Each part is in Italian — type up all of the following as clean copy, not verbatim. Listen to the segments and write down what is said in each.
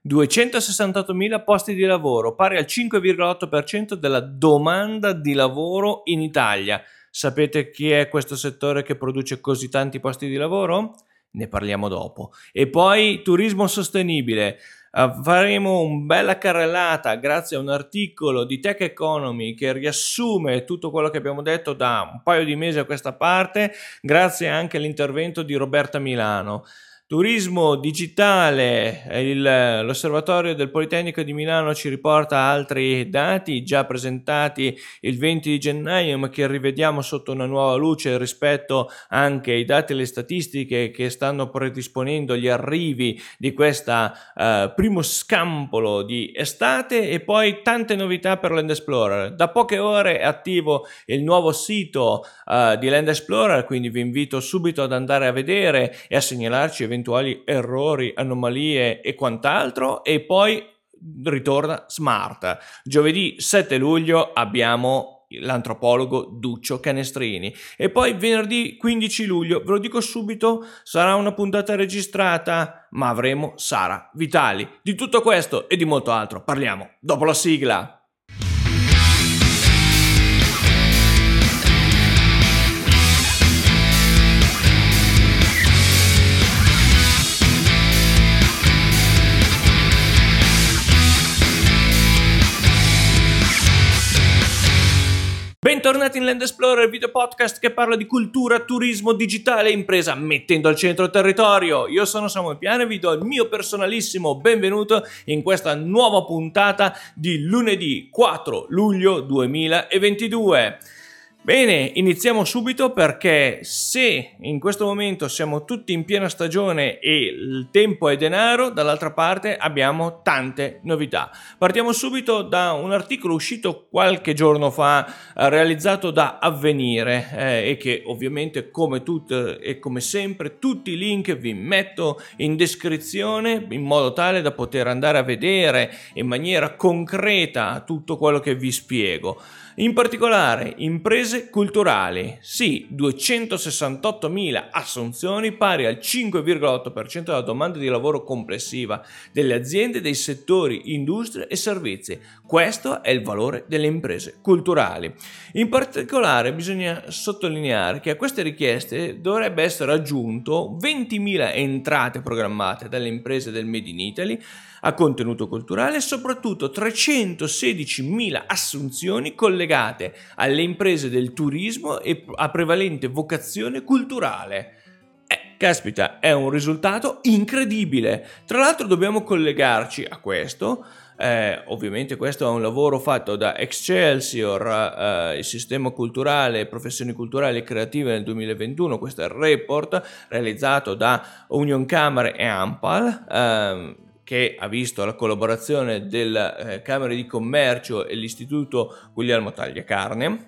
268.000 posti di lavoro, pari al 5,8% della domanda di lavoro in Italia. Sapete chi è questo settore che produce così tanti posti di lavoro? Ne parliamo dopo. E poi turismo sostenibile. Faremo una bella carrellata grazie a un articolo di Tech Economy che riassume tutto quello che abbiamo detto da un paio di mesi a questa parte, grazie anche all'intervento di Roberta Milano. Turismo digitale, l'osservatorio del Politecnico di Milano ci riporta altri dati già presentati il 20 di gennaio, ma che rivediamo sotto una nuova luce rispetto anche ai dati e alle statistiche che stanno predisponendo gli arrivi di questa primo scampolo di estate, e poi tante novità per Land Explorer. Da poche ore è attivo il nuovo sito di Land Explorer, quindi vi invito subito ad andare a vedere e a segnalarci eventuali errori, anomalie e quant'altro. E poi ritorna Smart. Giovedì 7 luglio abbiamo l'antropologo Duccio Canestrini, e poi venerdì 15 luglio, ve lo dico subito, sarà una puntata registrata, ma avremo Sara Vitali. Di tutto questo e di molto altro parliamo dopo la sigla. Bentornati in Land Explorer, video podcast che parla di cultura, turismo, digitale e impresa mettendo al centro il territorio. Io sono Samuel Piano e vi do il mio personalissimo benvenuto in questa nuova puntata di lunedì 4 luglio 2022. Bene, iniziamo subito, perché se in questo momento siamo tutti in piena stagione e il tempo è denaro, dall'altra parte abbiamo tante novità. Partiamo subito da un articolo uscito qualche giorno fa, realizzato da Avvenire, e che ovviamente come sempre tutti i link vi metto in descrizione, in modo tale da poter andare a vedere in maniera concreta tutto quello che vi spiego. In particolare, imprese culturali, sì, 268.000 assunzioni, pari al 5,8% della domanda di lavoro complessiva delle aziende dei settori industria e servizi. Questo è il valore delle imprese culturali. In particolare bisogna sottolineare che a queste richieste dovrebbe essere aggiunto 20.000 entrate programmate dalle imprese del Made in Italy a contenuto culturale, e soprattutto 316.000 assunzioni collegate alle imprese del turismo e a prevalente vocazione culturale. Caspita, è un risultato incredibile. Tra l'altro dobbiamo collegarci a questo. Ovviamente questo è un lavoro fatto da Excelsior, il sistema culturale, professioni culturali e creative nel 2021. Questo è il report realizzato da Unioncamere e ANPAL, che ha visto la collaborazione della Camera di Commercio e l'Istituto Guglielmo Tagliacarne.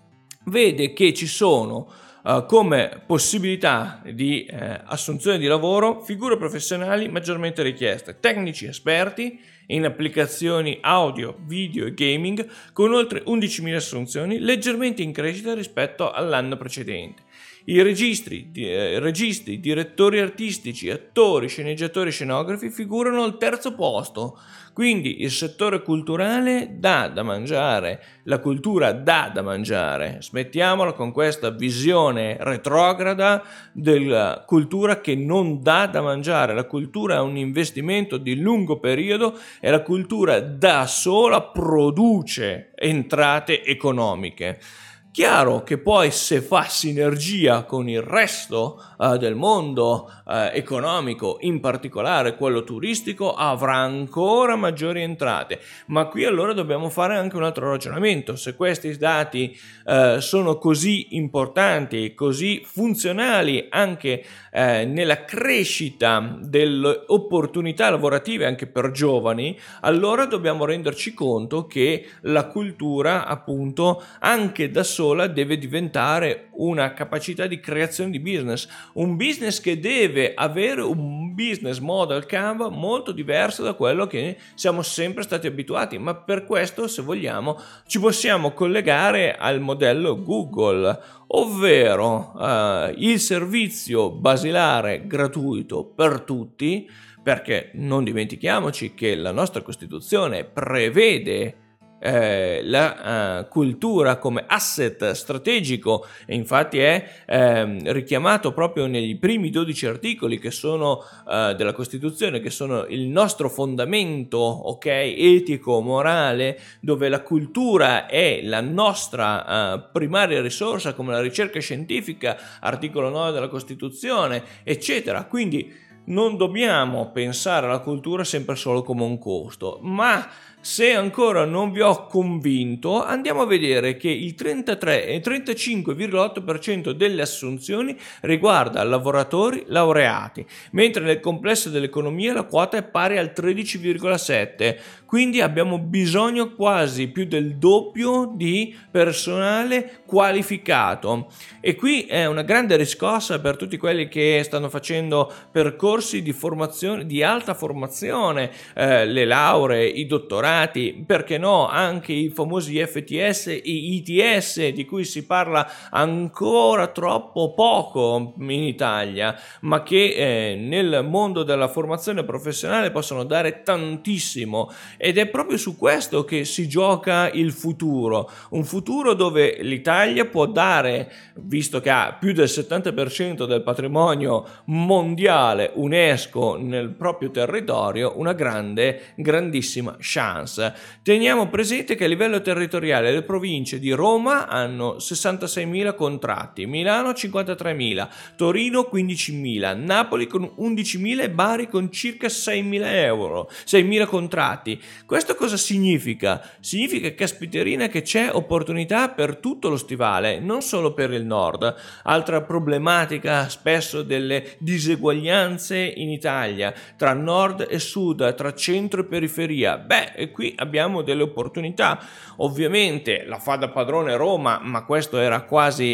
Vede che ci sono come possibilità di assunzione di lavoro figure professionali maggiormente richieste, tecnici esperti in applicazioni audio, video e gaming, con oltre 11.000 assunzioni, leggermente in crescita rispetto all'anno precedente. I registi, direttori artistici, attori, sceneggiatori e scenografi figurano al terzo posto. Quindi il settore culturale dà da mangiare, la cultura dà da mangiare. Smettiamola con questa visione retrograda della cultura che non dà da mangiare. La cultura è un investimento di lungo periodo e la cultura da sola produce entrate economiche. Chiaro che poi, se fa sinergia con il resto del mondo economico, in particolare quello turistico, avrà ancora maggiori entrate. Ma qui allora dobbiamo fare anche un altro ragionamento. Se questi dati sono così importanti, così funzionali anche nella crescita delle opportunità lavorative anche per giovani, allora dobbiamo renderci conto che la cultura, appunto, anche da sola deve diventare una capacità di creazione di business, un business che deve avere un business model Canva molto diverso da quello che siamo sempre stati abituati. Ma per questo, se vogliamo, ci possiamo collegare al modello Google, ovvero il servizio basilare gratuito per tutti, perché non dimentichiamoci che la nostra Costituzione prevede la cultura come asset strategico, e infatti è richiamato proprio nei primi 12 articoli che sono della Costituzione, che sono il nostro fondamento, ok, etico, morale, dove la cultura è la nostra primaria risorsa, come la ricerca scientifica, articolo 9 della Costituzione, eccetera. Quindi non dobbiamo pensare alla cultura sempre solo come un costo, ma se ancora non vi ho convinto, andiamo a vedere che il 33 e 35,8% delle assunzioni riguarda lavoratori laureati, mentre nel complesso dell'economia la quota è pari al 13,7%, quindi abbiamo bisogno quasi più del doppio di personale qualificato. E qui è una grande riscossa per tutti quelli che stanno facendo percorsi di formazione, di alta formazione, le lauree, i dottorati, perché no, anche i famosi FTS e ITS, di cui si parla ancora troppo poco in Italia, ma che nel mondo della formazione professionale possono dare tantissimo, ed è proprio su questo che si gioca il futuro, un futuro dove l'Italia può dare, visto che ha più del 70% del patrimonio mondiale UNESCO nel proprio territorio, una grandissima chance. Teniamo presente che a livello territoriale le province di Roma hanno 66.000 contratti, Milano 53.000, Torino 15.000, Napoli con 11.000 e Bari con circa 6.000 contratti. Questo cosa significa? Significa, caspiterina, che c'è opportunità per tutto lo stivale, non solo per il nord. Altra problematica spesso delle diseguaglianze in Italia tra nord e sud, tra centro e periferia. E qui abbiamo delle opportunità. Ovviamente la fa da padrone Roma, ma questo era quasi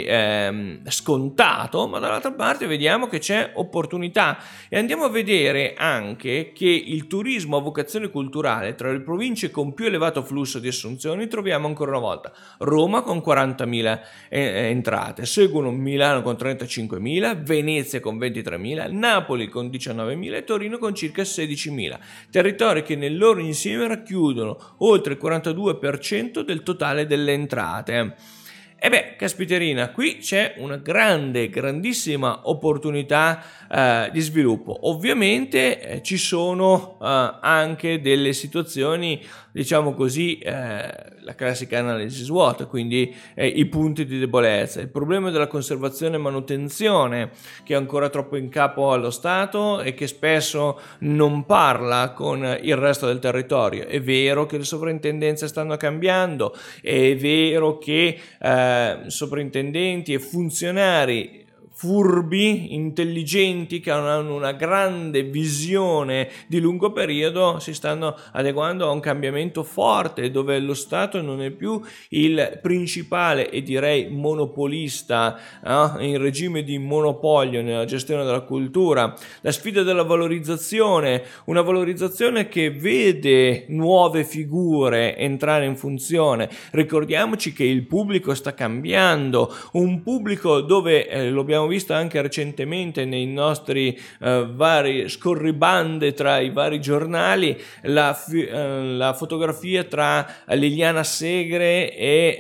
scontato, ma dall'altra parte vediamo che c'è opportunità, e andiamo a vedere anche che il turismo a vocazione culturale, tra le province con più elevato flusso di assunzioni troviamo ancora una volta Roma con 40.000 entrate, seguono Milano con 35.000, Venezia con 23.000, Napoli con 19.000 e Torino con circa 16.000, territori che nel loro insieme racchiudono oltre il 42% del totale delle entrate. Caspiterina, qui c'è una grandissima opportunità di sviluppo. Ovviamente ci sono anche delle situazioni, diciamo così, la classica analisi SWOT, quindi i punti di debolezza, il problema della conservazione e manutenzione, che è ancora troppo in capo allo Stato e che spesso non parla con il resto del territorio. È vero che le sovrintendenze stanno cambiando, è vero che sovrintendenti e funzionari furbi, intelligenti, che hanno una grande visione di lungo periodo, si stanno adeguando a un cambiamento forte dove lo Stato non è più il principale e direi monopolista, in regime di monopolio nella gestione della cultura. La sfida della valorizzazione, una valorizzazione che vede nuove figure entrare in funzione. Ricordiamoci che il pubblico sta cambiando, un pubblico dove lo abbiamo visto anche recentemente nei nostri vari scorribande tra i vari giornali, la fotografia tra Liliana Segre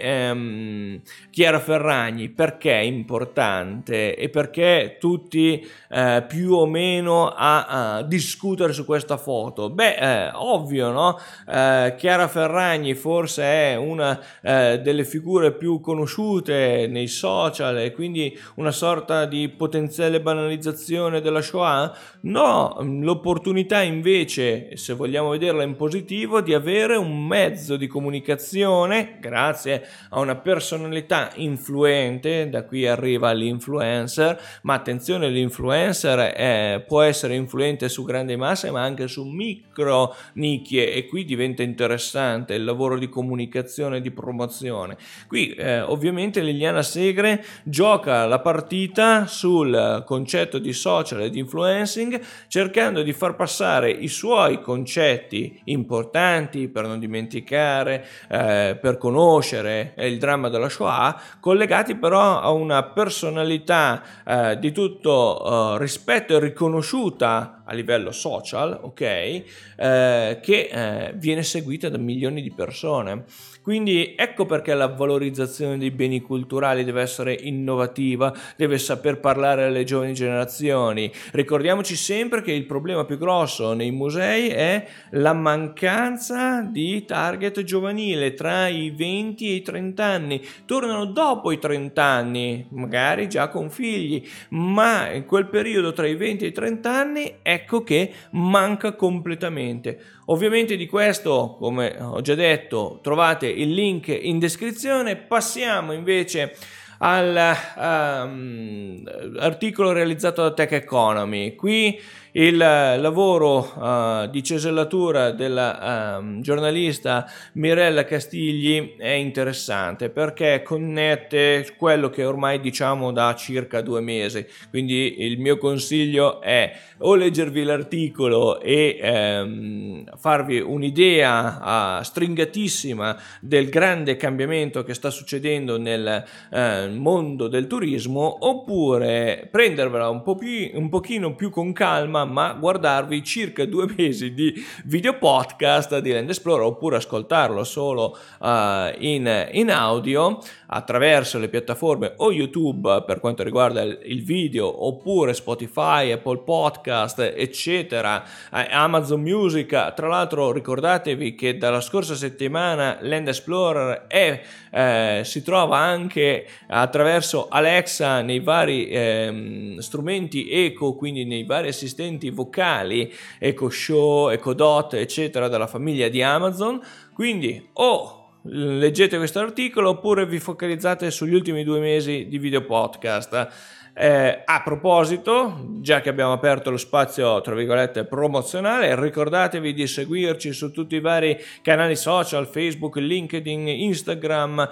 e Chiara Ferragni. Perché è importante e perché tutti più o meno a discutere su questa foto? Ovvio, no? Chiara Ferragni forse è una delle figure più conosciute nei social e quindi una sorta di potenziale banalizzazione della Shoah? No, l'opportunità invece, se vogliamo vederla in positivo, di avere un mezzo di comunicazione grazie a una personalità influente. Da qui arriva l'influencer, ma attenzione, l'influencer può essere influente su grandi masse ma anche su micro nicchie, e qui diventa interessante il lavoro di comunicazione e di promozione. Qui ovviamente Liliana Segre gioca la partita sul concetto di social e di influencing, cercando di far passare i suoi concetti importanti per non dimenticare, per conoscere il dramma della Shoah, collegati però a una personalità di tutto rispetto e riconosciuta a livello social, ok, che viene seguita da milioni di persone. Quindi ecco perché la valorizzazione dei beni culturali deve essere innovativa, deve saper parlare alle giovani generazioni. Ricordiamoci sempre che il problema più grosso nei musei è la mancanza di target giovanile tra i 20 e i 30 anni. Tornano dopo i 30 anni, magari già con figli, ma in quel periodo tra i 20 e i 30 anni ecco che manca completamente. Ovviamente di questo, come ho già detto, trovate il link in descrizione. Passiamo invece all'articolo realizzato da Tech Economy. Qui il lavoro di cesellatura della giornalista Mirella Castigli è interessante perché connette quello che ormai diciamo da circa 2 mesi, quindi il mio consiglio è o leggervi l'articolo e farvi un'idea stringatissima del grande cambiamento che sta succedendo nel mondo del turismo, oppure prendervela un pochino più con calma, ma guardarvi circa 2 mesi di video podcast di Land Explorer, oppure ascoltarlo solo in audio attraverso le piattaforme o YouTube per quanto riguarda il video, oppure Spotify, Apple Podcast, eccetera, Amazon Music. Tra l'altro ricordatevi che dalla scorsa settimana Land Explorer si trova anche attraverso Alexa nei vari strumenti Echo, quindi nei vari assistenti vocali, Echo Show, Echo Dot, eccetera, dalla famiglia di Amazon. Quindi leggete questo articolo oppure vi focalizzate sugli ultimi 2 mesi di video podcast. A proposito, già che abbiamo aperto lo spazio tra virgolette promozionale, ricordatevi di seguirci su tutti i vari canali social, Facebook, LinkedIn, Instagram,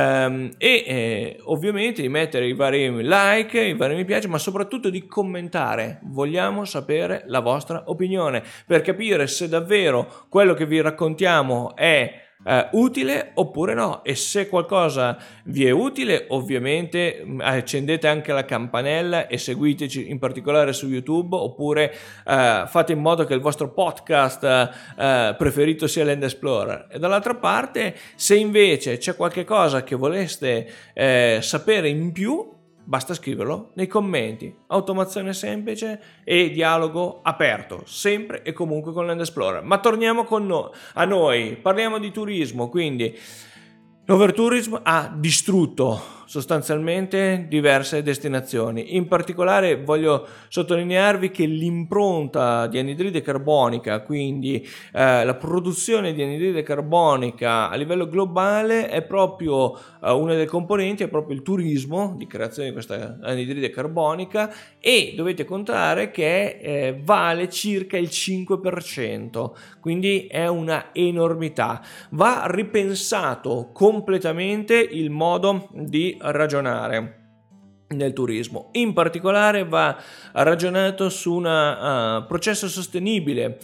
e ovviamente di mettere i vari like, i vari mi piace, ma soprattutto di commentare. Vogliamo sapere la vostra opinione per capire se davvero quello che vi raccontiamo è utile oppure no, e se qualcosa vi è utile ovviamente accendete anche la campanella e seguiteci in particolare su YouTube, oppure fate in modo che il vostro podcast preferito sia Land Explorer. E dall'altra parte, se invece c'è qualche cosa che voleste sapere in più, basta scriverlo nei commenti. Automazione semplice e dialogo aperto, sempre e comunque con Land Explorer. Ma torniamo a noi, parliamo di turismo. Quindi l'overtourism ha distrutto sostanzialmente diverse destinazioni. In particolare voglio sottolinearvi che l'impronta di anidride carbonica, quindi la produzione di anidride carbonica a livello globale, è proprio una delle componenti, è proprio il turismo di creazione di questa anidride carbonica, e dovete contare che vale circa il 5%, quindi è una enormità. Va ripensato completamente il modo di ragionare nel turismo. In particolare va ragionato su un processo sostenibile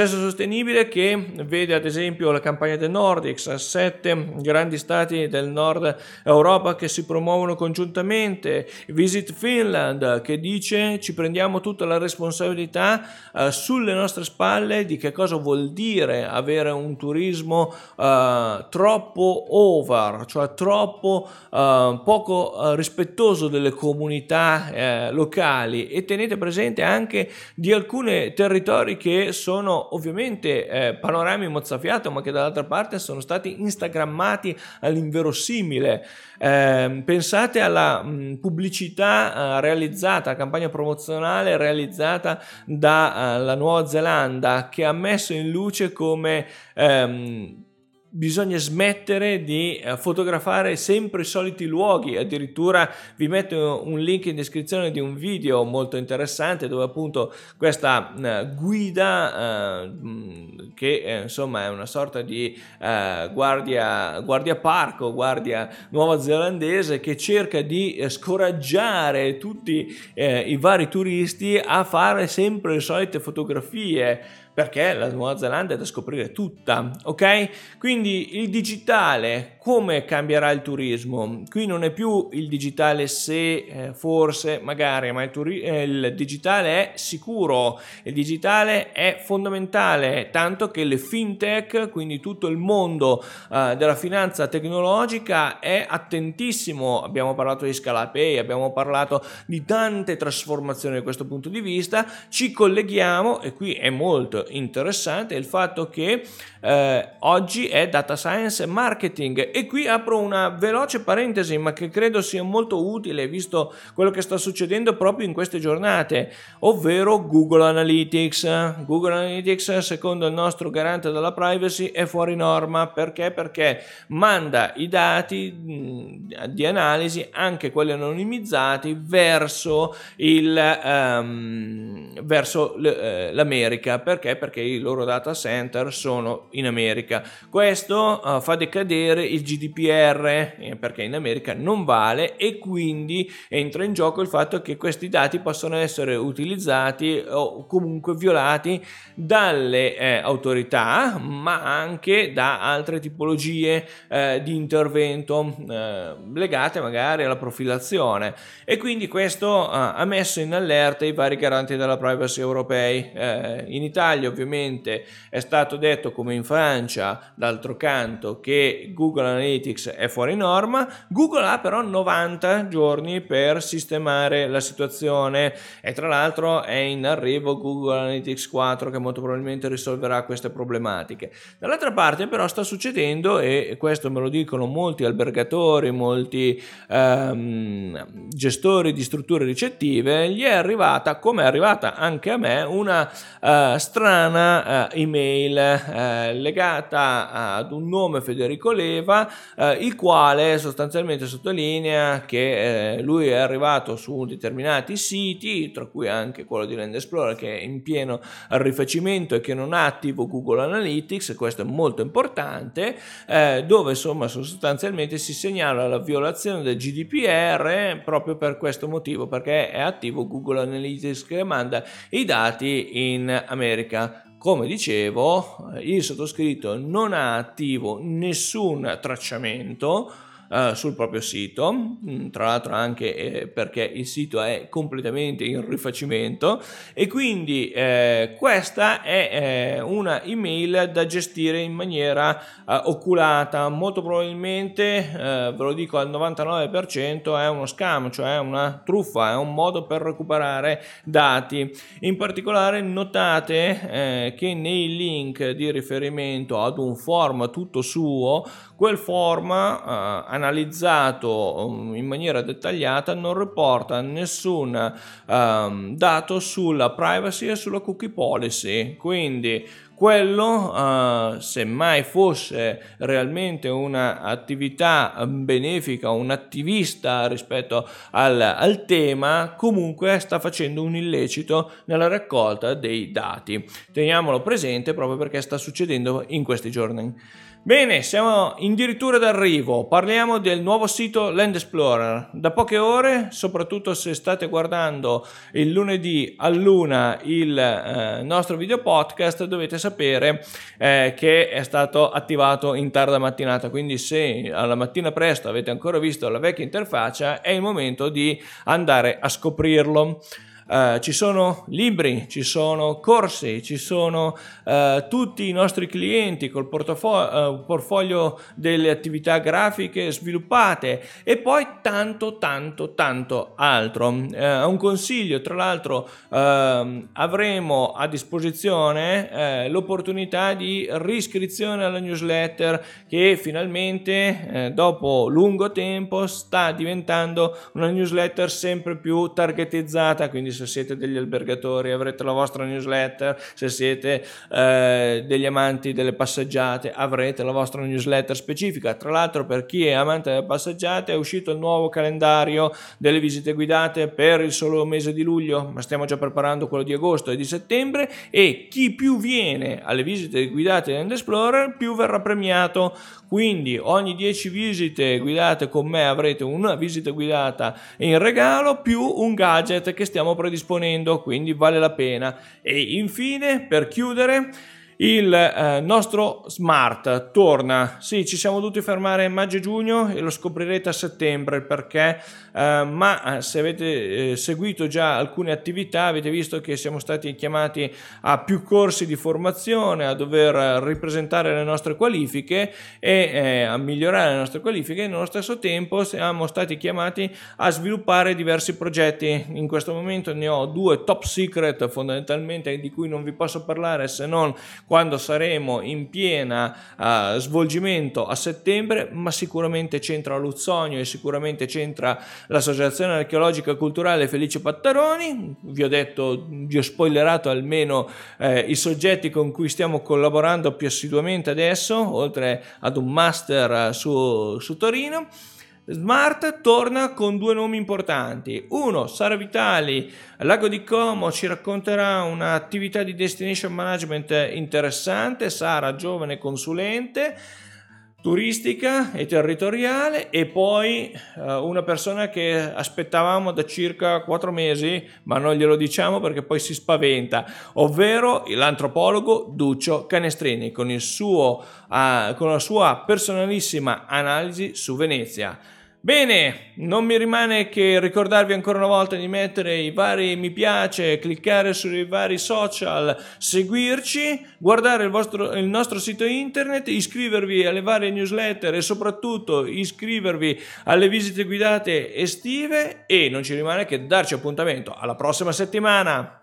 che vede ad esempio la campagna del Nordics, 7 grandi stati del nord Europa che si promuovono congiuntamente, Visit Finland che dice ci prendiamo tutta la responsabilità sulle nostre spalle di che cosa vuol dire avere un turismo troppo over, cioè troppo poco rispettoso delle comunità locali. E tenete presente anche di alcuni territori che sono ovviamente panorami mozzafiato, ma che dall'altra parte sono stati instagrammati all'inverosimile. Pensate alla pubblicità realizzata, campagna promozionale realizzata dalla Nuova Zelanda, che ha messo in luce come bisogna smettere di fotografare sempre i soliti luoghi. Addirittura vi metto un link in descrizione di un video molto interessante dove appunto questa guida che insomma è una sorta di guardia parco, guardia neozelandese, che cerca di scoraggiare tutti i vari turisti a fare sempre le solite fotografie. perché la Nuova Zelanda è da scoprire tutta, ok? Quindi il digitale, come cambierà il turismo? Qui non è più il digitale se, forse, magari, ma il digitale è sicuro, il digitale è fondamentale, tanto che le fintech, quindi tutto il mondo della finanza tecnologica è attentissimo. Abbiamo parlato di ScalaPay, abbiamo parlato di tante trasformazioni da questo punto di vista. Ci colleghiamo, e qui è molto interessante il fatto che oggi è data science e marketing, e qui apro una veloce parentesi ma che credo sia molto utile visto quello che sta succedendo proprio in queste giornate, ovvero Google Analytics. Google Analytics, secondo il nostro garante della privacy, è fuori norma. Perché manda i dati di analisi, anche quelli anonimizzati, verso l'America. Perché i loro data center sono in America. Questo fa decadere il GDPR, perché in America non vale, e quindi entra in gioco il fatto che questi dati possono essere utilizzati o comunque violati dalle autorità, ma anche da altre tipologie di intervento legate magari alla profilazione, e quindi questo ha messo in allerta i vari garanti della privacy europei. In Italia ovviamente è stato detto, come in Francia d'altro canto, che Google Analytics è fuori norma. Google ha però 90 giorni per sistemare la situazione, e tra l'altro è in arrivo Google Analytics 4, che molto probabilmente risolverà queste problematiche. Dall'altra parte però sta succedendo, e questo me lo dicono molti albergatori, molti gestori di strutture ricettive, gli è arrivata, come è arrivata anche a me, una strana email legata ad un nome, Federico Leva, il quale sostanzialmente sottolinea che lui è arrivato su determinati siti, tra cui anche quello di Land Explorer, che è in pieno rifacimento e che non ha attivo Google Analytics. Questo è molto importante, dove insomma sostanzialmente si segnala la violazione del GDPR proprio per questo motivo, perché è attivo Google Analytics che manda i dati in America. Come dicevo, il sottoscritto non ha attivo nessun tracciamento sul proprio sito, tra l'altro anche perché il sito è completamente in rifacimento, e quindi questa è una email da gestire in maniera oculata. Molto probabilmente, ve lo dico al 99%, è uno scam, cioè una truffa, è un modo per recuperare dati. In particolare notate che nei link di riferimento ad un form tutto suo, quel form analizzato in maniera dettagliata non riporta nessun dato sulla privacy e sulla cookie policy. Quindi quello, se mai fosse realmente un'attività benefica, un attivista rispetto al tema, comunque sta facendo un illecito nella raccolta dei dati. Teniamolo presente proprio perché sta succedendo in questi giorni. Bene, siamo addirittura d'arrivo. Parliamo del nuovo sito Land Explorer. Da poche ore, soprattutto se state guardando il lunedì all'1 il nostro video podcast, dovete sapere che è stato attivato in tarda mattinata. Quindi se alla mattina presto avete ancora visto la vecchia interfaccia, è il momento di andare a scoprirlo. Ci sono libri, ci sono corsi, ci sono tutti i nostri clienti col portfolio delle attività grafiche sviluppate, e poi tanto altro. Un consiglio, tra l'altro, avremo a disposizione l'opportunità di riscrizione alla newsletter, che finalmente dopo lungo tempo sta diventando una newsletter sempre più targetizzata. Quindi se siete degli albergatori avrete la vostra newsletter, se siete degli amanti delle passeggiate avrete la vostra newsletter specifica. Tra l'altro, per chi è amante delle passeggiate, è uscito il nuovo calendario delle visite guidate per il solo mese di luglio, ma stiamo già preparando quello di agosto e di settembre, e chi più viene alle visite guidate di Land Explorer più verrà premiato. Quindi ogni 10 visite guidate con me avrete una visita guidata in regalo più un gadget che stiamo progettando predisponendo, quindi vale la pena. E infine, per chiudere, il nostro Smart torna. Sì, ci siamo dovuti fermare a maggio e giugno e lo scoprirete a settembre il perché, ma se avete seguito già alcune attività avete visto che siamo stati chiamati a più corsi di formazione, a dover ripresentare le nostre qualifiche e a migliorare le nostre qualifiche. Nello stesso tempo siamo stati chiamati a sviluppare diversi progetti. In questo momento ne ho 2 top secret fondamentalmente, di cui non vi posso parlare se non quando saremo in piena svolgimento a settembre, ma sicuramente c'entra Luzzonio e sicuramente c'entra l'Associazione Archeologica Culturale Felice Pattaroni. Vi ho spoilerato almeno i soggetti con cui stiamo collaborando più assiduamente adesso, oltre ad un master su Torino. Smart torna con 2 nomi importanti. Uno, Sara Vitali, Lago di Como, ci racconterà un'attività di destination management interessante. Sara, giovane consulente turistica e territoriale, e poi una persona che aspettavamo da circa 4 mesi, ma non glielo diciamo perché poi si spaventa, ovvero l'antropologo Duccio Canestrini con la sua personalissima analisi su Venezia. Bene, non mi rimane che ricordarvi ancora una volta di mettere i vari mi piace, cliccare sui vari social, seguirci, guardare il nostro sito internet, iscrivervi alle varie newsletter e soprattutto iscrivervi alle visite guidate estive, e non ci rimane che darci appuntamento alla prossima settimana.